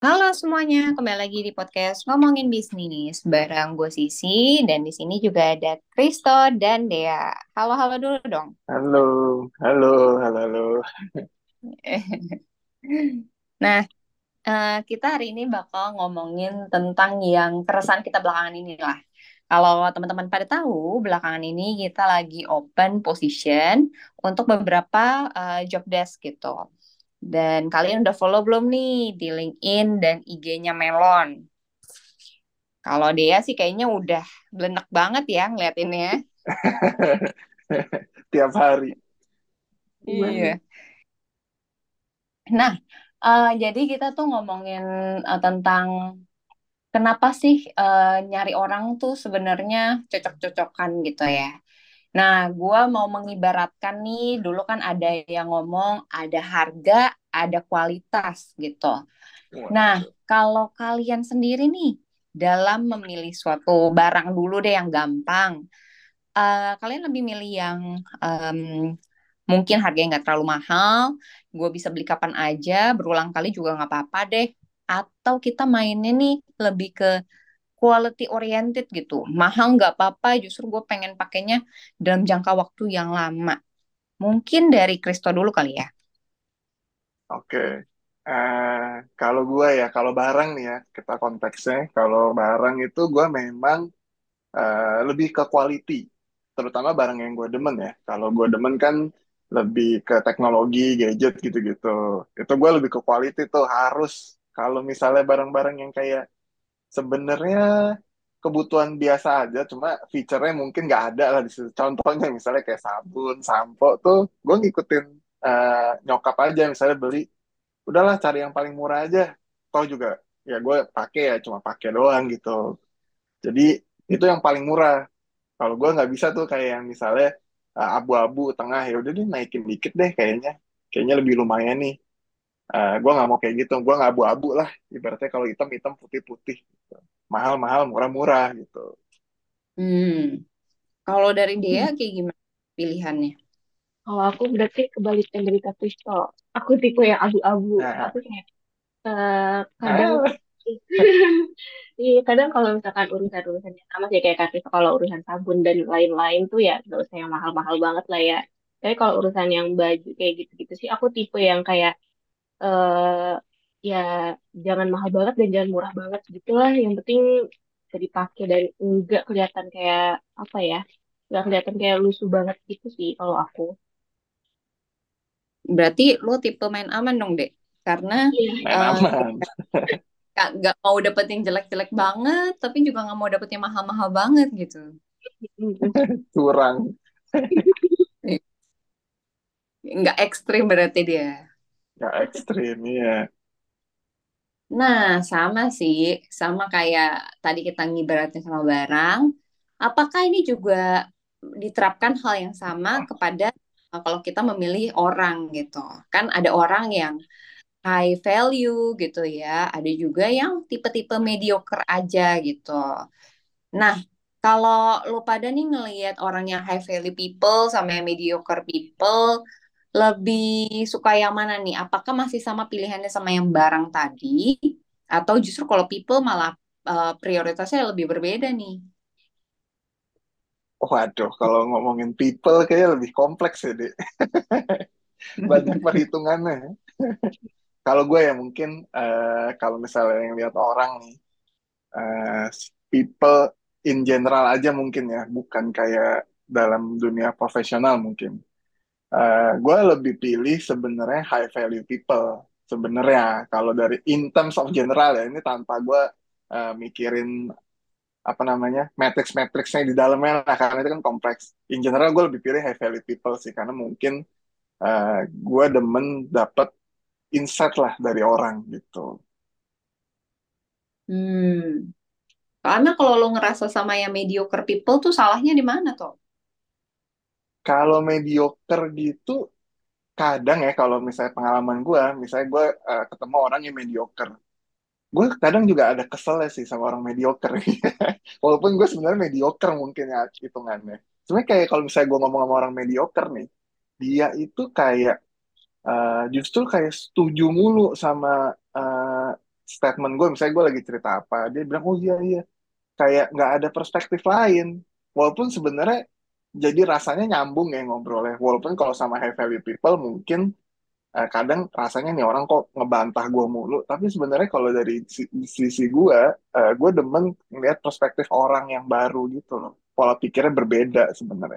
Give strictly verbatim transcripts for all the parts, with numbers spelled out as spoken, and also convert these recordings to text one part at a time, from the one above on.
Halo semuanya, kembali lagi di podcast Ngomongin Bisnis bareng gue Sisi dan di sini juga ada Kristo dan Dea. Halo-halo dulu dong. Halo, halo, halo, halo. Nah, eh, kita hari ini bakal ngomongin tentang yang keresahan kita belakangan ini lah. Kalau teman-teman pada tahu, belakangan ini kita lagi open position untuk beberapa eh, job desk gitu. Dan kalian udah follow belum nih di LinkedIn dan I G-nya Melon? Kalau dia sih kayaknya udah blenek banget ya ngeliatinnya. Tiap hari. Gimana? Iya. Nah, eh, jadi kita tuh ngomongin eh, tentang kenapa sih eh, nyari orang tuh sebenarnya cocok-cocokan gitu ya. Nah, gua mau mengibaratkan nih, dulu kan ada yang ngomong ada harga, ada kualitas gitu. Nah, Waduh. kalau kalian sendiri nih dalam memilih suatu barang dulu deh yang gampang. Eh, kalian lebih milih yang em, mungkin harganya nggak terlalu mahal, gue bisa beli kapan aja, berulang kali juga nggak apa-apa deh. Atau kita mainnya nih lebih ke quality oriented gitu. Mahal nggak apa-apa, justru gue pengen pakainya dalam jangka waktu yang lama. Mungkin dari Kristo dulu kali ya. Oke. Eh, kalau gue ya, kalau barang nih ya, kita konteksnya, kalau barang itu gue memang eh, lebih ke quality. Terutama barang yang gue demen ya. Kalau gue demen kan lebih ke teknologi, gadget gitu-gitu. Itu gue lebih ke quality tuh harus. Kalau misalnya barang-barang yang kayak sebenarnya kebutuhan biasa aja, cuma feature-nya mungkin nggak ada lah di situ. Contohnya misalnya kayak sabun, sampo tuh, gue ngikutin eh, nyokap aja misalnya beli, udahlah cari yang paling murah aja. Toh juga ya gue pakai ya cuma pakai doang gitu. Jadi itu yang paling murah. Kalau gue nggak bisa tuh kayak yang misalnya eh, abu-abu tengah ya udah deh naikin dikit deh kayaknya. Kayaknya lebih lumayan nih. Eh, gue nggak mau kayak gitu. Gue nggak abu-abu lah. Ibaratnya kalau hitam hitam putih putih. Mahal-mahal, murah-murah gitu. Hmm, kalau dari Dea kayak gimana pilihannya? Kalau aku berarti kebalikan dari Kak Kristo. Aku tipe yang abu-abu. Nah, Aku kayak eh, kadang ah, iya, kadang kalau misalkan urusan-urusan yang sama sih kayak Kak Kristo, kalau urusan sabun dan lain-lain tuh ya nggak usah yang mahal-mahal banget lah ya. Tapi kalau urusan yang baju kayak gitu-gitu sih aku tipe yang kayak eh ya jangan mahal banget dan jangan murah banget gitu lah. Yang penting bisa dipakai dan enggak kelihatan kayak apa ya, nggak kelihatan kayak lusuh banget gitu sih kalau aku. Berarti lo tipe main aman dong, Dek. Karena Iya. main eh, aman. nggak nggak mau dapet yang jelek-jelek banget, tapi juga nggak mau dapet yang mahal-mahal banget gitu. Curang. Nggak ekstrim berarti dia. Gak ekstrim, ya. Nah, sama sih, sama kayak tadi kita ngibaratin sama barang. Apakah ini juga diterapkan hal yang sama kepada eh, kalau kita memilih orang gitu? Kan ada orang yang high value gitu ya, ada juga yang tipe-tipe mediocre aja gitu. Nah, kalau lu pada nih ngelihat orang yang high value people sama yang mediocre people, lebih suka yang mana nih? Apakah masih sama pilihannya sama yang barang tadi? Atau justru kalau people malah eh, prioritasnya lebih berbeda nih? Waduh, kalau ngomongin people kayaknya lebih kompleks ya, Dek. Banyak perhitungannya. Kalau gue ya mungkin, eh, kalau misalnya yang lihat orang nih, eh, people in general aja mungkin ya, bukan kayak dalam dunia profesional mungkin. Eh, gue lebih pilih sebenarnya high value people. Sebenarnya kalau dari in terms of general ya, ini tanpa gue eh, mikirin apa namanya matrix-matrixnya di dalamnya lah, karena itu kan kompleks. In general gue lebih pilih high value people sih, karena mungkin eh, gue demen dapet insight lah dari orang gitu. Hmm. Karena kalau lo ngerasa sama yang mediocre people tuh salahnya di mana tuh? Kalau mediocre gitu, kadang ya kalau misalnya pengalaman gue, misalnya gue eh, ketemu orang yang mediocre, gue kadang juga ada keselnya sih sama orang mediocre. Walaupun gue sebenarnya mediocre mungkin ya hitungannya. Sebenarnya kayak kalau misalnya gue ngomong sama orang mediocre nih, dia itu kayak eh, justru kayak setuju mulu sama eh, statement gue, misalnya gue lagi cerita apa, dia bilang, oh iya iya, kayak nggak ada perspektif lain. Walaupun sebenarnya jadi rasanya nyambung ya ngobrolnya. Walaupun kalau sama high value people mungkin eh, kadang rasanya nih orang kok ngebantah gue mulu. Tapi sebenarnya kalau dari si- sisi gue, eh, gue demen ngeliat perspektif orang yang baru gitu loh. Pola pikirnya berbeda sebenarnya.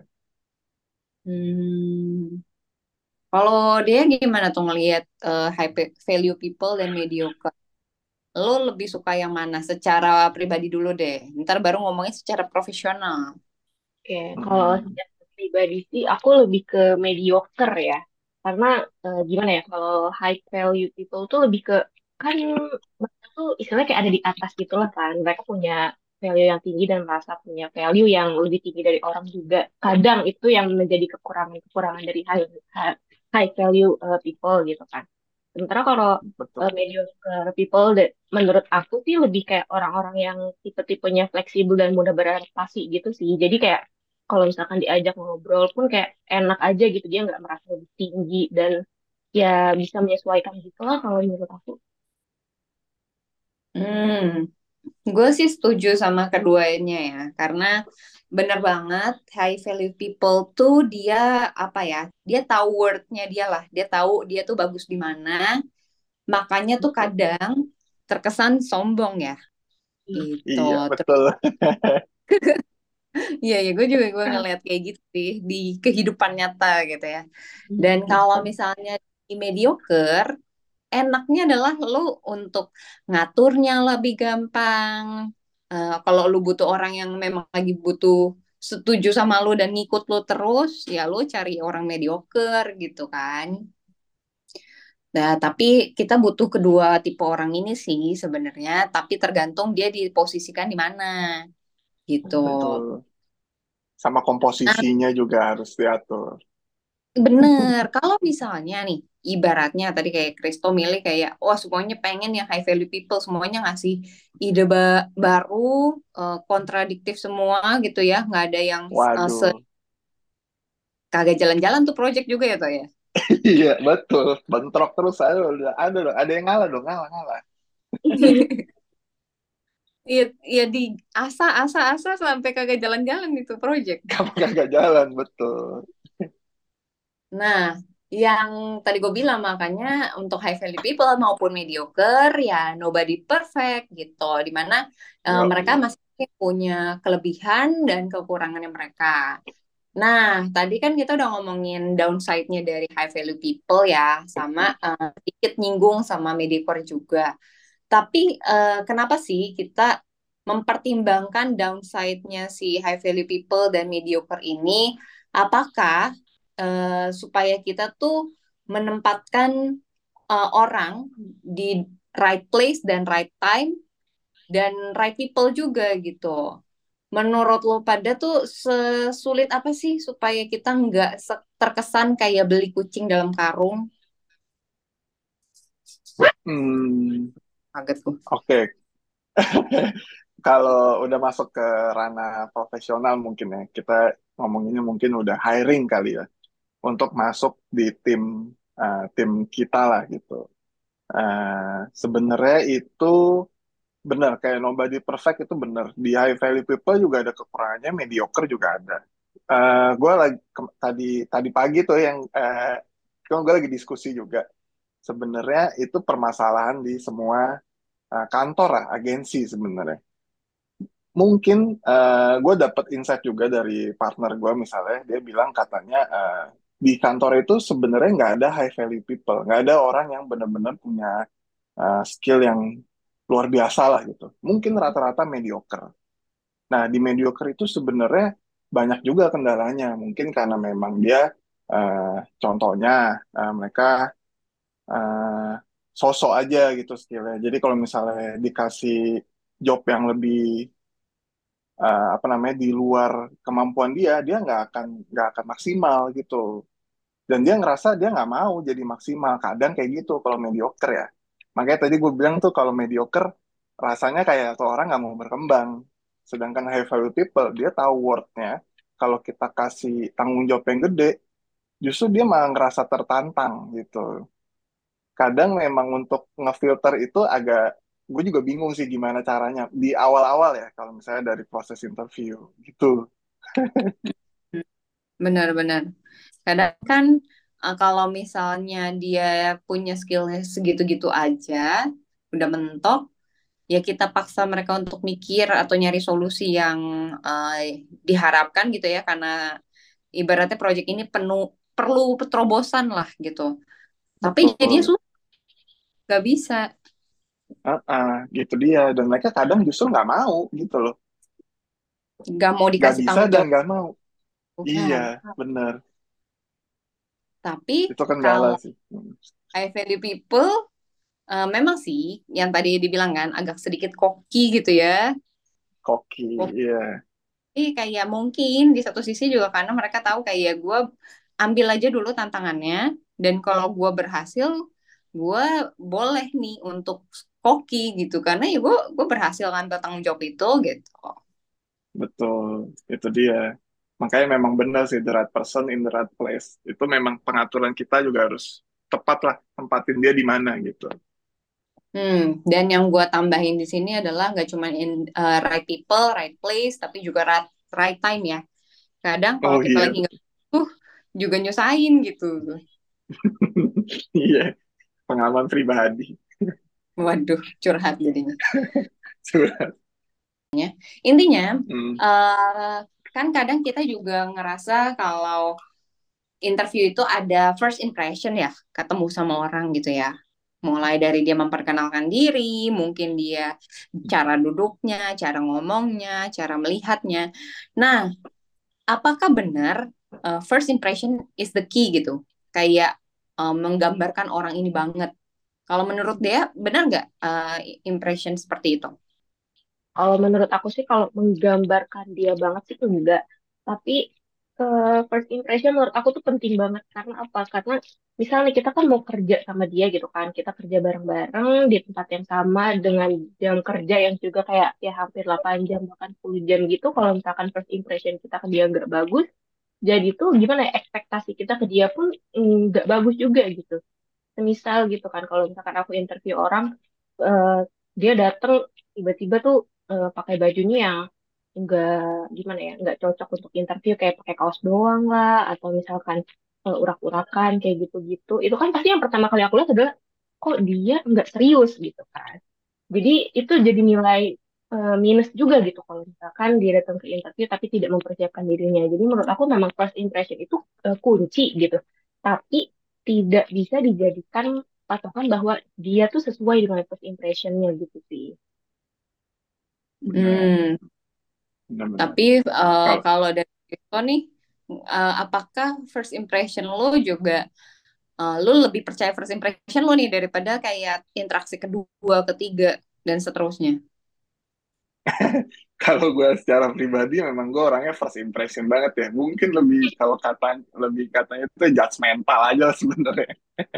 Hmm. Kalau dia gimana tuh ngelihat eh, high pe- value people dan mediocre? Lo lebih suka yang mana? Secara pribadi dulu deh. Ntar baru ngomongin secara profesional. Oke, kalau Hmm, secara pribadi sih aku lebih ke mediocre ya. Karena eh, gimana ya, kalau high value people tuh lebih ke, kan mereka tuh istilahnya kayak ada di atas gitu lah kan. Mereka punya value yang tinggi dan merasa punya value yang lebih tinggi dari orang juga. Kadang itu yang menjadi kekurangan-kekurangan dari high, high high value eh, people gitu kan. Sementara kalau betul. eh, mediocre people, de- menurut aku sih lebih kayak orang-orang yang tipe-tipenya fleksibel dan mudah beradaptasi gitu sih. Jadi kayak kalau misalkan diajak ngobrol pun kayak enak aja gitu, dia nggak merasa lebih tinggi dan ya bisa menyesuaikan gitu lah kalau menurut aku. Hmm. Gue sih setuju sama keduanya ya, karena bener banget high value people tuh dia apa ya, dia tahu worth-nya dia lah, dia tahu dia tuh bagus di mana, makanya tuh Betul. kadang terkesan sombong ya, gitu. Iya, Terus, betul. iya ya gue juga gue ngeliat kayak gitu sih di kehidupan nyata gitu ya. Dan Hmm. kalau misalnya di mediocre, enaknya adalah lu untuk ngaturnya lebih gampang. Eh, kalau lu butuh orang yang memang lagi butuh setuju sama lu dan ngikut lu terus, ya lu cari orang mediocre gitu kan. Nah, tapi kita butuh kedua tipe orang ini sih sebenarnya, tapi tergantung dia diposisikan di mana gitu. Betul. Sama Nah, komposisinya juga harus diatur. bener, kalau misalnya nih, ibaratnya tadi kayak Kristo milih kayak, wah semuanya pengen yang high value people, semuanya ngasih ide ba- baru, eh, kontradiktif semua gitu ya, nggak ada yang eh, se Waduh. kagak jalan-jalan tuh project juga ya toh ya. Iya, betul. Bentrok terus ada, udah ada dong. Ada yang ngalah dong, ngalah, ngalah. Iya, iya di asa asa asa sampai kagak jalan-jalan itu project. Kamu kagak jalan, betul. Nah, yang tadi gue bilang makanya untuk high value people maupun mediocre ya nobody perfect gitu, dimana eh, mereka Yoi. masih punya kelebihan dan kekurangannya mereka. Nah, tadi kan kita udah ngomongin downside-nya dari high value people ya, sama eh, sedikit nyinggung sama mediocre juga. Tapi eh, kenapa sih kita mempertimbangkan downside-nya si high value people dan mediocre ini? Apakah eh, supaya kita tuh menempatkan eh, orang di right place dan right time dan right people juga gitu. Menurut lo pada tuh sesulit apa sih supaya kita nggak se- terkesan kayak beli kucing dalam karung? Hmm, Kaget gue. oke. Kalau udah masuk ke ranah profesional mungkin ya, kita ngomonginnya mungkin udah hiring kali ya, untuk masuk di tim eh, tim kita lah gitu. Eh, sebenarnya itu benar kayak nobody perfect itu benar. Di high value people juga ada kekurangannya, mediocre juga ada. Eh gue lagi ke- tadi tadi pagi tuh yang eh kan gue lagi diskusi juga. Sebenarnya itu permasalahan di semua eh, kantor lah, agensi sebenarnya. Mungkin eh gue dapet insight juga dari partner gue misalnya, dia bilang katanya eh, di kantor itu sebenarnya nggak ada high value people, nggak ada orang yang benar-benar punya eh, skill yang luar biasa lah gitu. Mungkin rata-rata mediocre. Nah, di mediocre itu sebenarnya banyak juga kendalanya. Mungkin karena memang dia, eh, contohnya, eh, mereka eh, sosok aja gitu skillnya. Jadi kalau misalnya dikasih job yang lebih, eh, apa namanya, di luar kemampuan dia, dia nggak akan nggak akan maksimal gitu. Dan dia ngerasa dia nggak mau jadi maksimal. Kadang kayak gitu kalau mediocre ya. Makanya tadi gue bilang tuh kalau mediocre rasanya kayak tuh orang nggak mau berkembang. Sedangkan high value people dia tahu worth-nya. Kalau kita kasih tanggung jawab yang gede, justru dia malah ngerasa tertantang gitu. Kadang memang untuk ngefilter itu agak gue juga bingung sih gimana caranya di awal-awal ya kalau misalnya dari proses interview gitu. Benar-benar. Kadang kan eh, kalau misalnya dia punya skillnya segitu-gitu aja, udah mentok, ya kita paksa mereka untuk mikir atau nyari solusi yang eh, diharapkan gitu ya, karena ibaratnya proyek ini penuh perlu terobosan lah gitu. Tapi jadinya Betul. susah, nggak bisa, Ah, gitu dia. Dan mereka kadang justru nggak mau gitu loh. nggak mau Nggak dikasih bisa tanggung dan jawab. nggak mau. Iya, Nah, bener. tapi Itu kendala kalau sih. Hmm. high value people, eh, memang sih yang tadi dibilang kan agak sedikit koki gitu ya. Koki, iya. Tapi kayak mungkin di satu sisi juga karena mereka tahu kayak gue ambil aja dulu tantangannya, dan kalau gue berhasil, gue boleh nih untuk koki gitu karena ya gue gue berhasil ngambil tanggung jawab itu gitu. Betul. Itu dia. Makanya memang benar sih, the right person in the right place. Itu memang pengaturan kita juga harus tepat lah, tempatin dia di mana gitu. Hmm, dan yang gue tambahin di sini adalah nggak cuma in uh, right people, right place, tapi juga right, right time ya. Kadang kalau Oh kita iya, lagi nggak butuh juga nyusahin gitu. iya. Pengalaman pribadi. Waduh, curhat jadinya. Sudah. Intinya, Hmm. eh, kan kadang kita juga ngerasa kalau interview itu ada first impression ya, ketemu sama orang gitu ya. Mulai dari dia memperkenalkan diri, mungkin dia cara duduknya, cara ngomongnya, cara melihatnya. Nah, apakah benar uh, first impression is the key gitu? Kayak uh, menggambarkan orang ini banget. Kalau menurut dia, benar nggak uh, impression seperti itu? Kalau menurut aku sih kalau menggambarkan dia banget sih tuh enggak. Tapi eh, first impression menurut aku tuh penting banget karena apa? Karena misalnya kita kan mau kerja sama dia gitu kan, kita kerja bareng-bareng di tempat yang sama dengan jam kerja yang juga kayak ya hampir delapan jam bahkan sepuluh jam gitu. Kalau misalkan first impression kita ke dia nggak bagus, jadi tuh gimana ya ekspektasi kita ke dia pun nggak bagus juga gitu. Semisal gitu kan kalau misalkan aku interview orang eh, dia datang tiba-tiba tuh eh, pakai bajunya yang enggak gimana ya nggak cocok untuk interview kayak pakai kaos doang lah atau misalkan eh, urak-urakan kayak gitu-gitu itu kan pasti yang pertama kali aku lihat adalah kok dia nggak serius gitu kan jadi itu jadi nilai eh, minus juga gitu kalau misalkan dia datang ke interview tapi tidak mempersiapkan dirinya. Jadi menurut aku memang first impression itu eh, kunci gitu. Tapi tidak bisa dijadikan patokan bahwa dia tuh sesuai dengan first impressionnya gitu sih. Benar, Hmm, benar-benar. tapi uh, Kalau kalau dari itu nih, uh, apakah first impression lo juga uh, lo lebih percaya first impression lo nih daripada kayak interaksi kedua, ketiga, dan seterusnya? kalau gue secara pribadi memang gue orangnya first impression banget ya. Mungkin lebih kalau kata lebih katanya itu judgmental aja sebenarnya.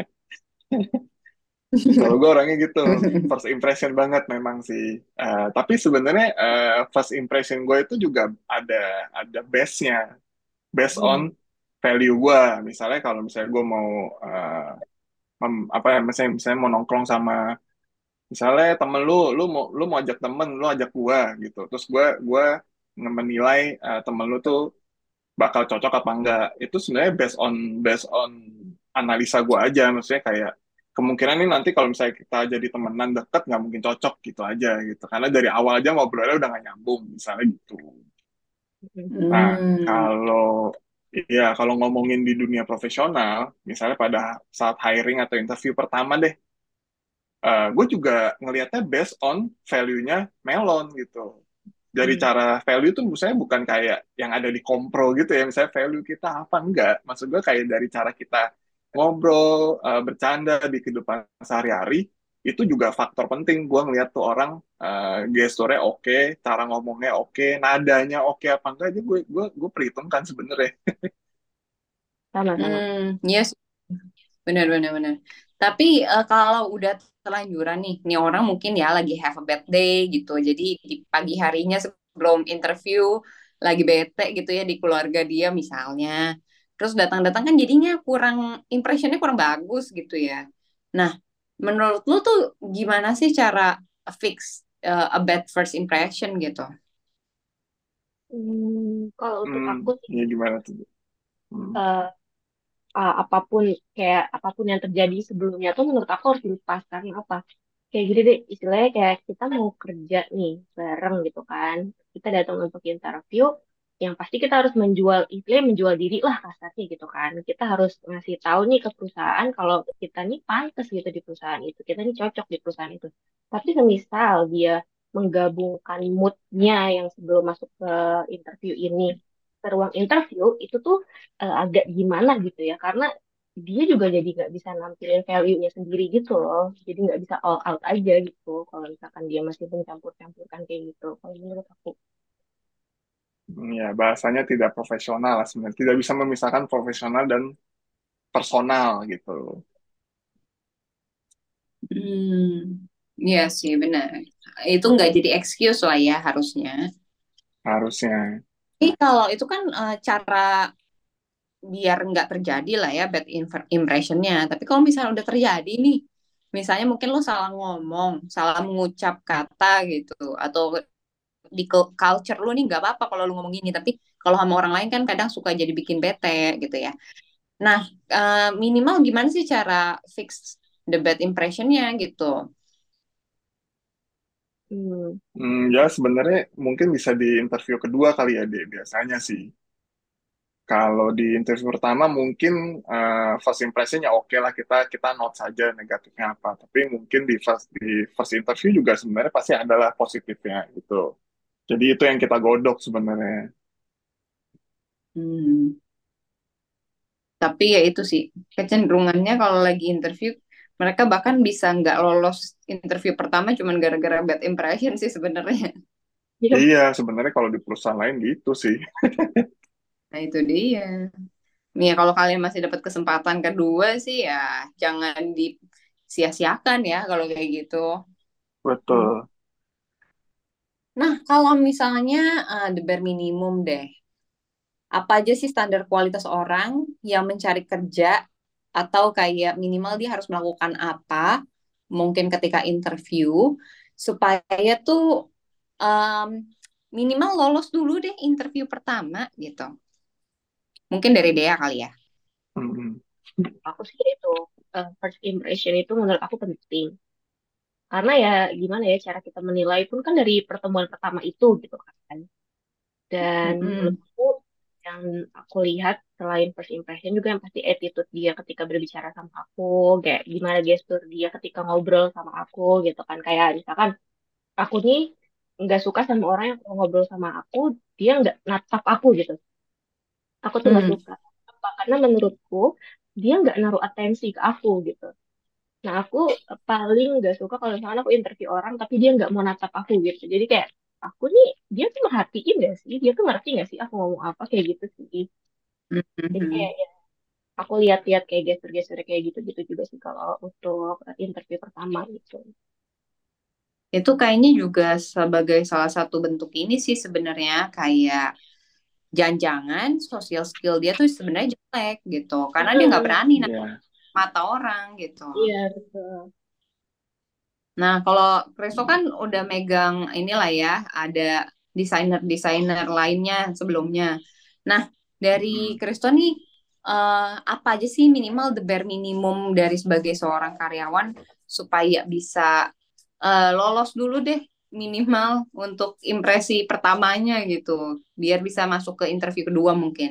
Kalau gue orangnya gitu, first impression banget memang sih. Eh, tapi sebenarnya eh, first impression gue itu juga ada ada base-nya, based on Hmm. value gue. Misalnya kalau misalnya gue mau eh, mem- apa ya, misalnya misalnya mau nongkrong sama misalnya temen lu, lu mau lu mau ajak temen, lu ajak gua gitu. Terus gua gua nge- menilai eh, temen lu tuh bakal cocok apa enggak. Itu sebenarnya based on based on analisa gua aja. Maksudnya kayak kemungkinan ini nanti kalau misalnya kita jadi temenan deket nggak mungkin cocok gitu aja gitu. Karena dari awal aja ngobrolnya udah nggak nyambung misalnya gitu. Nah, Hmm. kalau ya kalau ngomongin di dunia profesional, misalnya pada saat hiring atau interview pertama deh, gue juga ngelihatnya based on value-nya Melon gitu. Dari Hmm. cara value tuh misalnya bukan kayak yang ada di kompro gitu ya, misalnya value kita apa enggak. Maksud gue kayak dari cara kita ngobrol, eh, bercanda di kehidupan sehari-hari, itu juga faktor penting. Gue ngeliat tuh orang eh, gesturnya oke, cara ngomongnya oke, nadanya oke apa enggak aja gue gue gue perhitungkan sebenarnya. Sama-sama. Hmm, yes, benar, benar, benar. Tapi eh, kalau udah terlanjuran nih, nih orang mungkin ya lagi have a bad day gitu. Jadi di pagi harinya sebelum interview lagi bete gitu ya di keluarga dia misalnya. Terus datang-datang kan jadinya kurang impressionnya kurang bagus gitu ya. Nah, menurut lu tuh gimana sih cara fix uh, a bad first impression gitu? Hmm, kalau untuk Hmm, aku sih ya gimana tuh? Hmm. eh, ah, apapun kayak apapun yang terjadi sebelumnya tuh menurut aku harus dilepas karena apa? Kayak gini deh, istilahnya kayak kita mau kerja nih bareng gitu kan. Kita datang untuk interview, yang pasti kita harus menjual, istilahnya menjual diri lah kasarnya gitu kan. Kita harus ngasih tahu nih ke perusahaan kalau kita nih pantas gitu di perusahaan itu, kita nih cocok di perusahaan itu. Tapi semisal dia menggabungkan moodnya yang sebelum masuk ke interview ini ke ruang interview itu tuh eh, agak gimana gitu ya, karena dia juga jadi nggak bisa nampilin value-nya sendiri gitu loh. Jadi nggak bisa all out aja gitu. Kalau misalkan dia masih mencampur-campurkan kayak gitu. Kalau menurut aku. Ya, bahasanya tidak profesional lah sebenarnya. Tidak bisa memisahkan profesional dan personal gitu. Hmm, iya sih benar. Itu nggak jadi excuse lah ya harusnya. Harusnya. Tapi kalau itu kan eh, cara biar nggak terjadi lah ya bad infer- impressionnya. Tapi kalau misalnya udah terjadi nih, misalnya mungkin lo salah ngomong, salah mengucap kata gitu, atau di cu- culture lu nih nggak apa-apa kalau lu ngomong gini, tapi kalau sama orang lain kan kadang suka jadi bikin bete gitu ya. Nah, eh, minimal gimana sih cara fix the bad impressionnya gitu? Hmm, Hmm, ya sebenarnya mungkin bisa di interview kedua kali ya, Dek, biasanya sih. Kalau di interview pertama mungkin eh, first impression-nya oke lah, kita kita note saja negatifnya apa. Tapi mungkin di first di first interview juga sebenarnya pasti adalah positifnya gitu. Jadi itu yang kita godok sebenarnya. Hmm. Tapi ya itu sih kecenderungannya kalau lagi interview mereka bahkan bisa nggak lolos interview pertama cuman gara-gara bad impression sih sebenarnya. iya, Iya, sebenarnya kalau di perusahaan lain gitu sih. Nah itu dia. Nih kalau kalian masih dapat kesempatan kedua sih ya jangan disia-siakan ya kalau kayak gitu. Betul. Nah kalau misalnya eh, the bare minimum deh, apa aja sih standar kualitas orang yang mencari kerja atau kayak minimal dia harus melakukan apa mungkin ketika interview supaya tuh um, minimal lolos dulu deh interview pertama gitu. Mungkin dari Dea kali ya. Hmm. aku sih itu eh, first impression itu menurut aku penting. Karena ya gimana ya cara kita menilai pun kan dari pertemuan pertama itu gitu kan. Dan Mm-mm. menurutku yang aku lihat selain first impression juga yang pasti attitude dia ketika berbicara sama aku, kayak gimana gestur dia ketika ngobrol sama aku gitu kan. Kayak misalkan aku nih nggak suka sama orang yang kalau ngobrol sama aku dia nggak natap aku gitu. Aku tuh nggak Hmm. suka. Apa? Karena menurutku dia nggak naruh atensi ke aku gitu. Nah aku paling nggak suka kalau misalkan aku interview orang tapi dia nggak mau natap aku gitu. Jadi kayak aku nih dia tuh merhatiin gak sih? Dia tuh ngerti gak sih aku ngomong apa kayak gitu sih. Jadi kayak Mhm. ya, aku lihat-lihat kayak gestur-gestur kayak gitu-gitu juga sih kalau untuk interview pertama gitu. Itu kayaknya juga sebagai salah satu bentuk ini sih sebenarnya kayak jangan-jangan social skill dia tuh sebenarnya jelek gitu karena dia nggak Mm-mm. berani natap Iya. mata orang gitu. Iya betul. Nah, kalau Kristo kan udah megang inilah ya, ada desainer-desainer lainnya sebelumnya. Nah, dari Hmm. Kristo nih, eh, apa aja sih minimal the bare minimum dari sebagai seorang karyawan supaya bisa eh, lolos dulu deh minimal untuk impresi pertamanya gitu, biar bisa masuk ke interview kedua mungkin.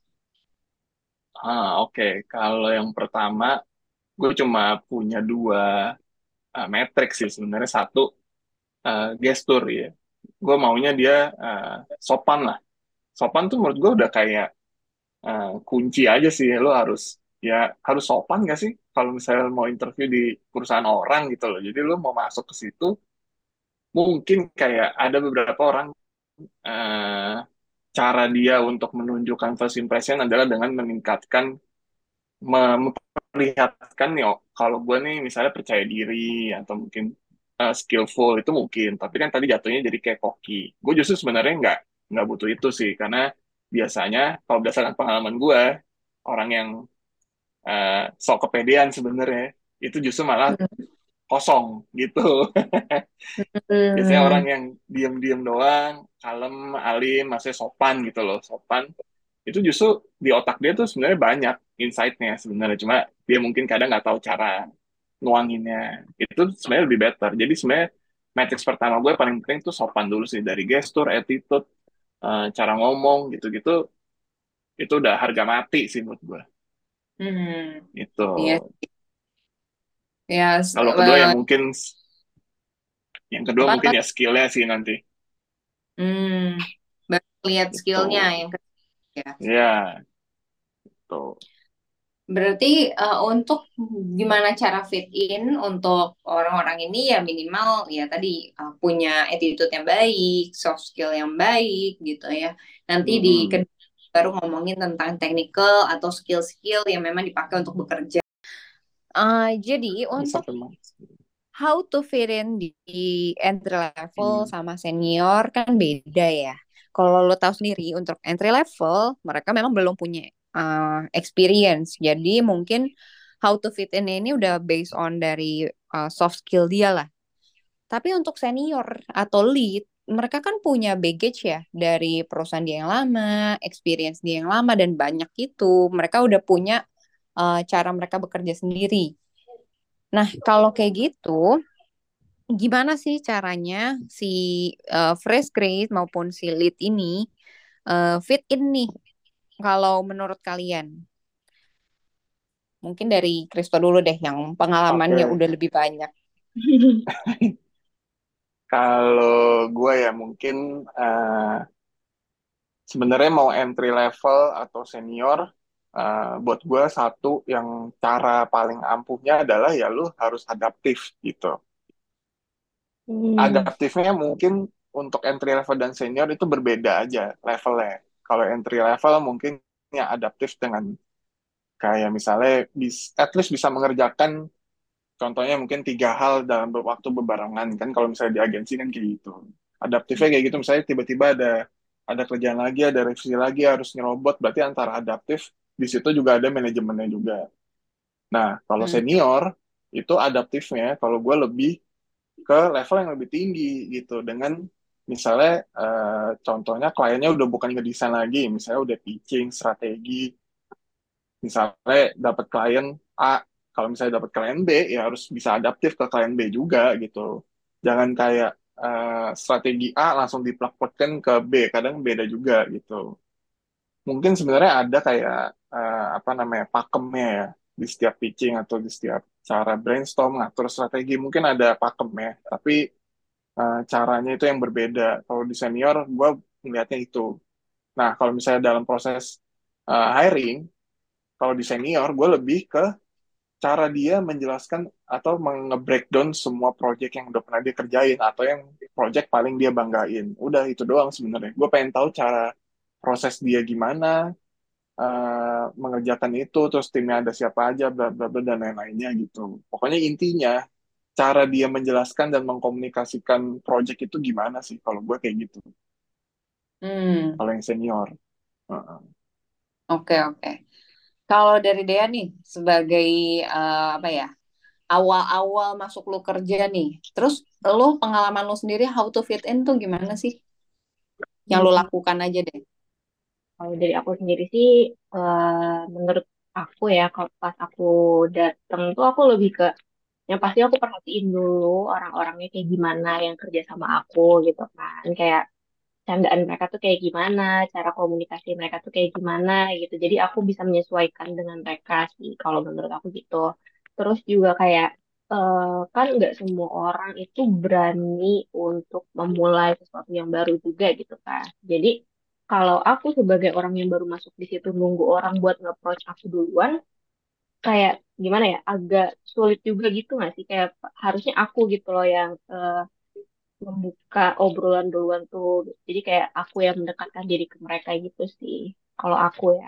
Ah, oke. Kalau yang pertama, gue cuma punya dua uh, metrik sih sebenarnya. Satu, uh, gestur ya. Gue maunya dia uh, sopan lah. Sopan tuh menurut gue udah kayak uh, kunci aja sih. Lo harus ya harus sopan gak sih kalau misalnya mau interview di perusahaan orang gitu loh. Jadi lo mau masuk ke situ, mungkin kayak ada beberapa orang uh, cara dia untuk menunjukkan first impression adalah dengan meningkatkan mem- memperlihatkan nih, oh, kalau gue nih misalnya percaya diri atau mungkin uh, skillful itu mungkin, tapi kan tadi jatuhnya jadi kayak koki. Gue justru sebenarnya nggak nggak butuh itu sih, karena biasanya kalau berdasarkan pengalaman gue, orang yang uh, sok kepedean sebenarnya itu justru malah Hmm. kosong gitu. Biasanya orang Hmm. yang diem-diem doang, kalem, alim, masih sopan gitu loh, sopan. Itu justru di otak dia tuh sebenarnya banyak insight-nya sebenarnya. Cuma dia mungkin kadang nggak tahu cara nuanginnya. Itu sebenarnya lebih better. Jadi sebenarnya matrix pertama gue paling penting tuh sopan dulu sih. Dari gestur, attitude, eh, cara ngomong gitu-gitu. Itu udah harga mati sih menurut gue. Hmm. Itu. Iya. Ya, s- Kalau kedua ya eh, mungkin, yang kedua apa mungkin apa? ya skillnya sih nanti. Hmm. Baru lihat Itu. skillnya yang ketiga. Ya, tuh. Berarti eh, untuk gimana cara fit in untuk orang-orang ini ya minimal ya tadi eh, punya attitude yang baik, soft skill yang baik gitu ya. Nanti di Mm-mm. kedua baru ngomongin tentang technical atau skill-skill yang memang dipakai untuk bekerja. Eh, jadi Bisa untuk teman. how to fit in di entry level Hmm. sama senior kan beda ya. Kalau lo tahu sendiri untuk entry level mereka memang belum punya uh, experience. Jadi mungkin how to fit in ini udah based on dari uh, soft skill dia lah. Tapi untuk senior atau lead mereka kan punya baggage ya dari perusahaan dia yang lama, experience dia yang lama dan banyak itu. Mereka udah punya uh, cara mereka bekerja sendiri. Nah, kalau kayak gitu, gimana sih caranya si uh, fresh grade maupun si lead ini uh, fit in nih kalau menurut kalian? Mungkin dari Kristo dulu deh yang pengalamannya Oke. udah lebih banyak. Kalau gue ya mungkin eh, sebenarnya mau entry level atau senior, eh, buat gue satu yang cara paling ampuhnya adalah ya lu harus adaptif gitu. Hmm. Adaptifnya mungkin untuk entry level dan senior itu berbeda aja levelnya. Kalau entry level mungkin ya adaptif dengan kayak misalnya bis, at least bisa mengerjakan contohnya mungkin tiga hal dalam waktu berbarengan kan kalau misalnya di agensi kan kayak gitu. Adaptifnya kayak gitu misalnya tiba-tiba ada ada kerjaan lagi, ada revisi lagi harus nyerobot berarti antara adaptif di situ juga ada manajemennya juga. Nah, kalau Hmm. senior itu adaptifnya kalau gue lebih ke level yang lebih tinggi gitu dengan misalnya eh, contohnya kliennya udah bukan ngedesain lagi, misalnya udah pitching strategi, misalnya dapat klien A, kalau misalnya dapat klien B, ya harus bisa adaptif ke klien B juga gitu. Jangan kayak eh, strategi A langsung diplakotkan ke B, kadang beda juga gitu. Mungkin sebenarnya ada kayak eh, apa namanya pakemnya ya di setiap pitching atau di setiap cara brainstorm ngatur strategi mungkin ada pakemnya, tapi eh, caranya itu yang berbeda. Kalau di senior, gue melihatnya itu. Nah, kalau misalnya dalam proses eh, hiring, kalau di senior, gue lebih ke cara dia menjelaskan atau nge-breakdown semua project yang udah pernah dia kerjain atau yang project paling dia banggain. Udah itu doang sebenarnya. Gue pengen tahu cara proses dia gimana, eh, mengerjakan itu, terus timnya ada siapa aja, bla bla bla dan lain-lainnya gitu. Pokoknya intinya cara dia menjelaskan dan mengkomunikasikan project itu gimana sih? Kalau gue kayak gitu. Hmm. Kalau yang senior. Heeh. Oke, oke. Kalau dari Dea nih sebagai eh, apa ya? Awal-awal masuk lu kerja nih. Terus lu pengalaman lu sendiri how to fit in tuh gimana sih? Yang lu Hmm. lakukan aja deh. Kalau dari aku sendiri sih, eh, menurut aku ya, kalau pas aku dateng tuh aku lebih ke yang pasti aku perhatiin dulu orang-orangnya kayak gimana yang kerja sama aku gitu kan. Kayak candaan mereka tuh kayak gimana, cara komunikasi mereka tuh kayak gimana gitu. Jadi aku bisa menyesuaikan dengan mereka sih kalau menurut aku gitu. Terus juga kayak eh, kan nggak semua orang itu berani untuk memulai sesuatu yang baru juga gitu kan. Jadi kalau aku sebagai orang yang baru masuk di situ nunggu orang buat nge-approach aku duluan, kayak gimana ya, agak sulit juga gitu nggak sih? Kayak harusnya aku gitu loh yang eh, membuka obrolan duluan tuh. Jadi kayak aku yang mendekatkan diri ke mereka gitu sih. Kalau aku ya.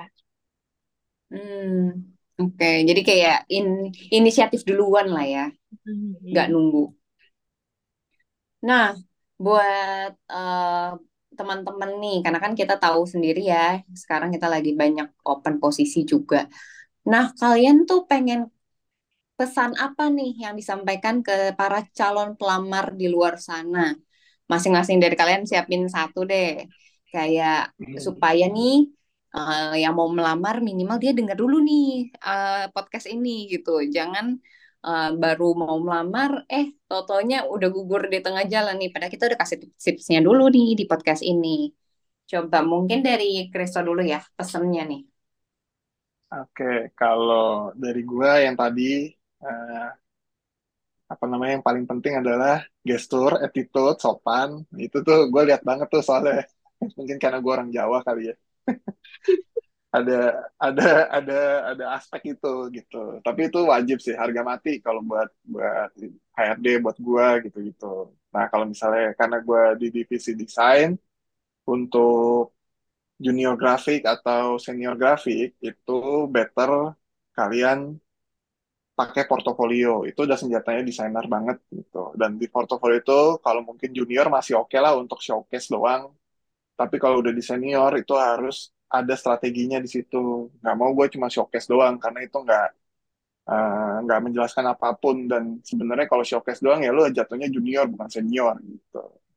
Hmm. Oke, jadi kayak in, inisiatif duluan lah ya, nggak Hmm. nunggu. Nah, buat eh, teman-teman nih, karena kan kita tahu sendiri ya, sekarang kita lagi banyak open posisi juga. Nah, kalian tuh pengen pesan apa nih yang disampaikan ke para calon pelamar di luar sana? Masing-masing dari kalian siapin satu deh. Kayak Hmm. supaya nih eh, yang mau melamar minimal dia dengar dulu nih eh, podcast ini gitu. Jangan eh, baru mau melamar, eh totonya udah gugur di tengah jalan nih. Padahal kita udah kasih tips-tipsnya dulu nih di podcast ini. Coba mungkin dari Kristo dulu ya pesennya nih. Oke, kalau dari gua yang tadi eh, apa namanya yang paling penting adalah gestur, attitude, sopan. Itu tuh gue lihat banget tuh soalnya mungkin karena gue orang Jawa kali ya. Ada ada ada ada aspek itu gitu. Tapi itu wajib sih harga mati kalau buat buat H R D buat gue gitu gitu. Nah kalau misalnya karena gue di divisi desain untuk junior grafik atau senior grafik itu better kalian pakai portofolio itu udah senjatanya desainer banget gitu dan di portofolio itu kalau mungkin junior masih oke lah untuk showcase doang tapi kalau udah di senior itu harus ada strateginya di situ nggak mau gue cuma showcase doang karena itu nggak eh, nggak menjelaskan apapun dan sebenarnya kalau showcase doang ya lu jatuhnya junior bukan senior gitu.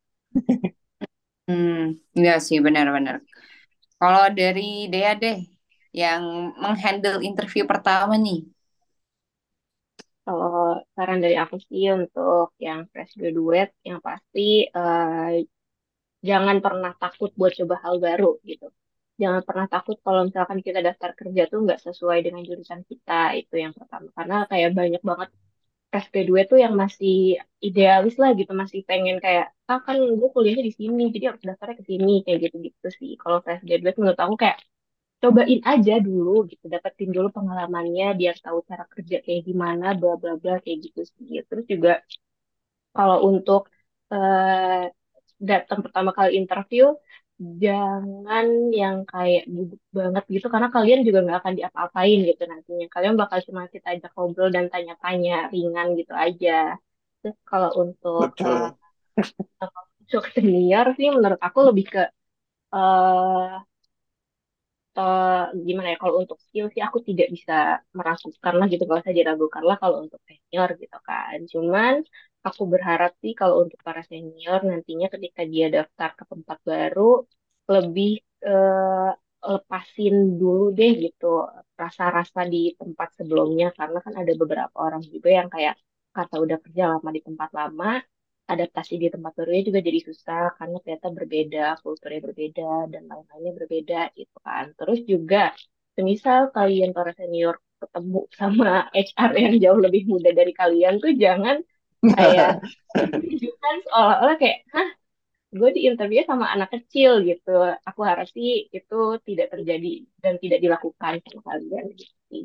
Hmm, enggak sih benar-benar. Kalau dari Dea deh, yang menghandle interview pertama nih. Kalau saran dari aku sih untuk yang fresh graduate, yang pasti eh, jangan pernah takut buat coba hal baru gitu. Jangan pernah takut kalau misalkan kita daftar kerja tuh nggak sesuai dengan jurusan kita, itu yang pertama. Karena kayak banyak banget fresh graduate tuh yang masih idealis lah gitu, masih pengen kayak, ah kan gue kuliahnya di sini, jadi harus daftarnya ke sini, kayak gitu-gitu sih. Kalau fresh graduate menurut aku kayak cobain aja dulu gitu, dapetin dulu pengalamannya, biar tahu cara kerja kayak gimana, bla bla bla kayak gitu sih. Terus juga kalau untuk eh, datang pertama kali interview, jangan yang kayak gugup banget gitu, karena kalian juga nggak akan diapa-apain gitu nantinya. Kalian bakal cuma kita ajak ngobrol dan tanya-tanya ringan gitu aja. Terus kalau untuk eh, Betul. untuk senior sih, menurut aku lebih ke eh, eh, gimana ya, kalau untuk skill sih aku tidak bisa meragukan lah gitu, gak usah diragukan lah kalau untuk senior gitu kan. Cuman aku berharap sih kalau untuk para senior nantinya ketika dia daftar ke tempat baru lebih eh, lepasin dulu deh gitu rasa-rasa di tempat sebelumnya, karena kan ada beberapa orang juga yang kayak kata udah kerja lama di tempat lama, adaptasi di tempat barunya juga jadi susah karena ternyata berbeda, kulturnya berbeda, dan lain-lainnya berbeda gitu kan. Terus juga, semisal kalian para senior ketemu sama H R yang jauh lebih muda dari kalian tuh jangan kayak tunjukkan seolah-olah kayak, hah, gue di interview sama anak kecil gitu. Aku harap sih itu tidak terjadi dan tidak dilakukan sama kalian gitu sih.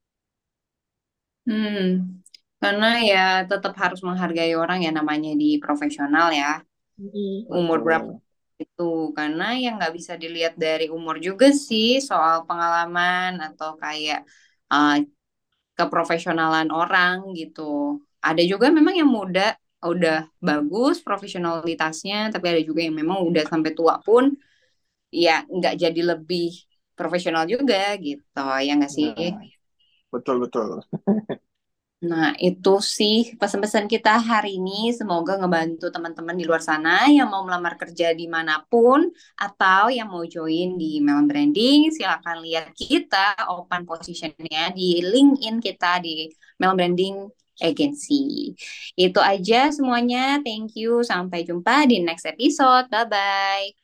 Hmm, karena ya tetap harus menghargai orang ya namanya di profesional ya. Jadi, Umur berapa Betul. itu karena yang nggak bisa dilihat dari umur juga sih soal pengalaman atau kayak uh, keprofesionalan orang gitu. Ada juga memang yang muda udah bagus profesionalitasnya, tapi ada juga yang memang udah sampai tua pun ya nggak jadi lebih profesional juga gitu ya nggak sih? Nah, betul betul. Nah, itu sih pesan-pesan kita hari ini. Semoga ngebantu teman-teman di luar sana yang mau melamar kerja dimanapun atau yang mau join di Melon Branding. Silakan lihat kita open positionnya di LinkedIn kita di Melon Branding Agency. Itu aja semuanya. Thank you. Sampai jumpa di next episode. Bye-bye.